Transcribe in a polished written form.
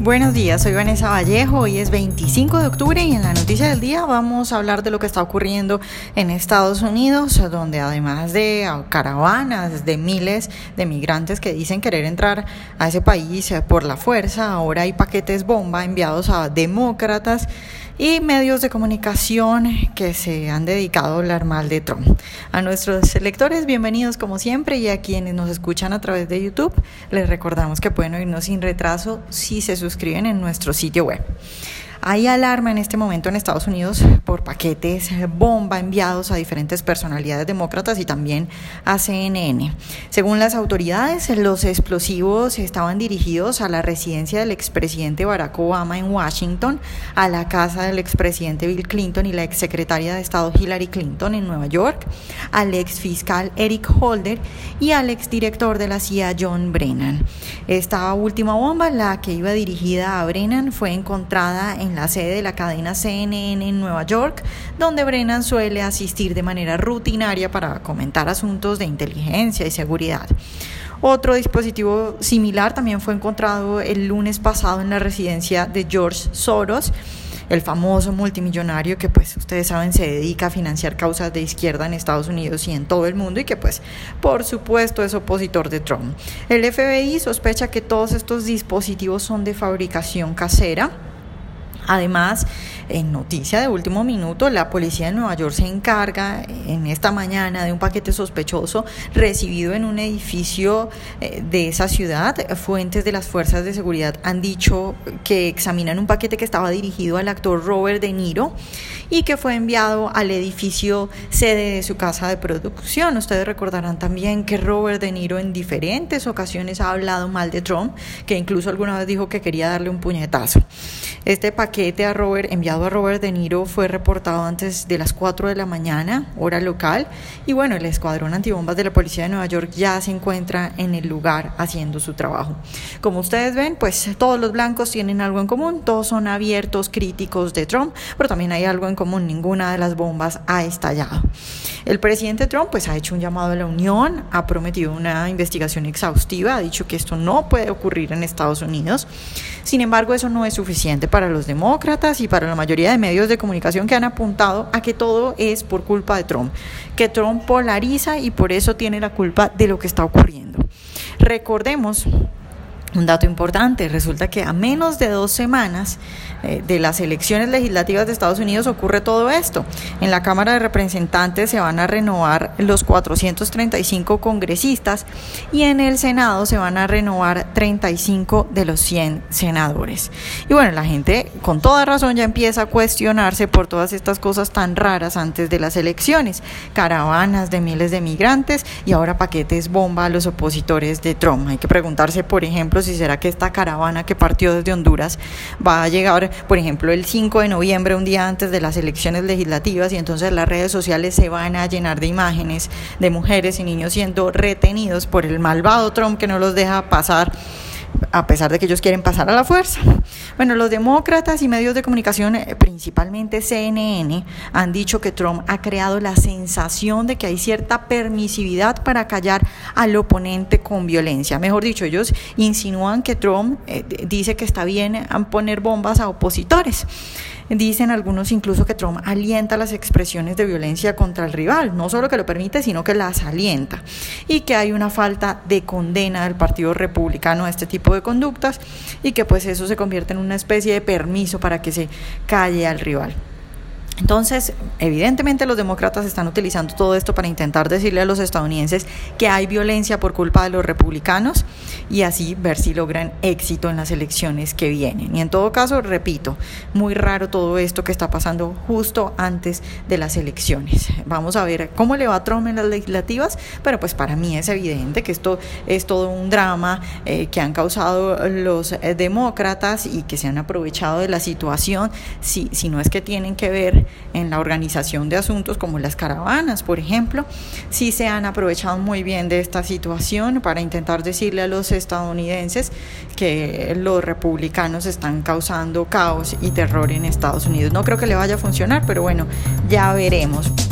Buenos días, soy Vanessa Vallejo, hoy es 25 de octubre y en la noticia del día vamos a hablar de lo que está ocurriendo en Estados Unidos, donde además de caravanas de miles de migrantes que dicen querer entrar a ese país por la fuerza, ahora hay paquetes bomba enviados a demócratas y medios de comunicación que se han dedicado a hablar mal de Trump. A nuestros lectores, bienvenidos como siempre, y a quienes nos escuchan a través de YouTube, les recordamos que pueden oírnos sin retraso si se suscriben en nuestro sitio web. Hay alarma en este momento en Estados Unidos por paquetes bomba enviados a diferentes personalidades demócratas y también a CNN. Según las autoridades, los explosivos estaban dirigidos a la residencia del expresidente Barack Obama en Washington, a la casa del expresidente Bill Clinton y la exsecretaria de Estado Hillary Clinton en Nueva York, al exfiscal Eric Holder y al exdirector de la CIA John Brennan. Esta última bomba, la que iba dirigida a Brennan, fue encontrada en la sede de la cadena CNN en Nueva York, donde Brennan suele asistir de manera rutinaria para comentar asuntos de inteligencia y seguridad. Otro dispositivo similar también fue encontrado el lunes pasado en la residencia de George Soros, el famoso multimillonario que pues ustedes saben se dedica a financiar causas de izquierda en Estados Unidos y en todo el mundo y que pues por supuesto es opositor de Trump. El FBI sospecha que todos estos dispositivos son de fabricación casera. Además, en noticia de último minuto, la policía de Nueva York se encarga en esta mañana de un paquete sospechoso recibido en un edificio de esa ciudad. Fuentes de las fuerzas de seguridad han dicho que examinan un paquete que estaba dirigido al actor Robert De Niro y que fue enviado al edificio sede de su casa de producción. Ustedes recordarán también que Robert De Niro en diferentes ocasiones ha hablado mal de Trump, que incluso alguna vez dijo que quería darle un puñetazo. Este paquete enviado a Robert De Niro fue reportado antes de las 4 de la mañana, hora local, y bueno, el escuadrón antibombas de la policía de Nueva York ya se encuentra en el lugar haciendo su trabajo. Como ustedes ven, pues todos los blancos tienen algo en común, todos son abiertos críticos de Trump, pero también hay algo en común, ninguna de las bombas ha estallado. El presidente Trump pues ha hecho un llamado a la unión, ha prometido una investigación exhaustiva, ha dicho que esto no puede ocurrir en Estados Unidos. Sin embargo, eso no es suficiente para los demócratas y para la mayoría de medios de comunicación que han apuntado a que todo es por culpa de Trump, que Trump polariza y por eso tiene la culpa de lo que está ocurriendo. Recordemos un dato importante, resulta que a menos de 2 semanas de las elecciones legislativas de Estados Unidos ocurre todo esto. En la Cámara de Representantes se van a renovar los 435 congresistas y en el Senado se van a renovar 35 de los 100 senadores. Y bueno, la gente con toda razón ya empieza a cuestionarse por todas estas cosas tan raras antes de las elecciones. Caravanas de miles de migrantes y ahora paquetes bomba a los opositores de Trump. Hay que preguntarse, por ejemplo, si será que esta caravana que partió desde Honduras va a llegar, por ejemplo, el 5 de noviembre, un día antes de las elecciones legislativas, y entonces las redes sociales se van a llenar de imágenes de mujeres y niños siendo retenidos por el malvado Trump que no los deja pasar, a pesar de que ellos quieren pasar a la fuerza. Bueno, los demócratas y medios de comunicación, principalmente CNN, han dicho que Trump ha creado la sensación de que hay cierta permisividad para callar al oponente con violencia. Mejor dicho, ellos insinúan que Trump dice que está bien poner bombas a opositores. Dicen algunos incluso que Trump alienta las expresiones de violencia contra el rival, no solo que lo permite, sino que las alienta, y que hay una falta de condena del Partido Republicano a este tipo de conductas y que pues eso se convierte en una especie de permiso para que se calle al rival. Entonces, evidentemente los demócratas están utilizando todo esto para intentar decirle a los estadounidenses que hay violencia por culpa de los republicanos y así ver si logran éxito en las elecciones que vienen. Y en todo caso, repito, muy raro todo esto que está pasando justo antes de las elecciones. Vamos a ver cómo le va a Trump en las legislativas, pero pues para mí es evidente que esto es todo un drama que han causado los demócratas y que se han aprovechado de la situación, si no es que tienen que ver en la organización de asuntos como las caravanas, por ejemplo, sí se han aprovechado muy bien de esta situación para intentar decirle a los estadounidenses que los republicanos están causando caos y terror en Estados Unidos. No creo que le vaya a funcionar, pero bueno, ya veremos.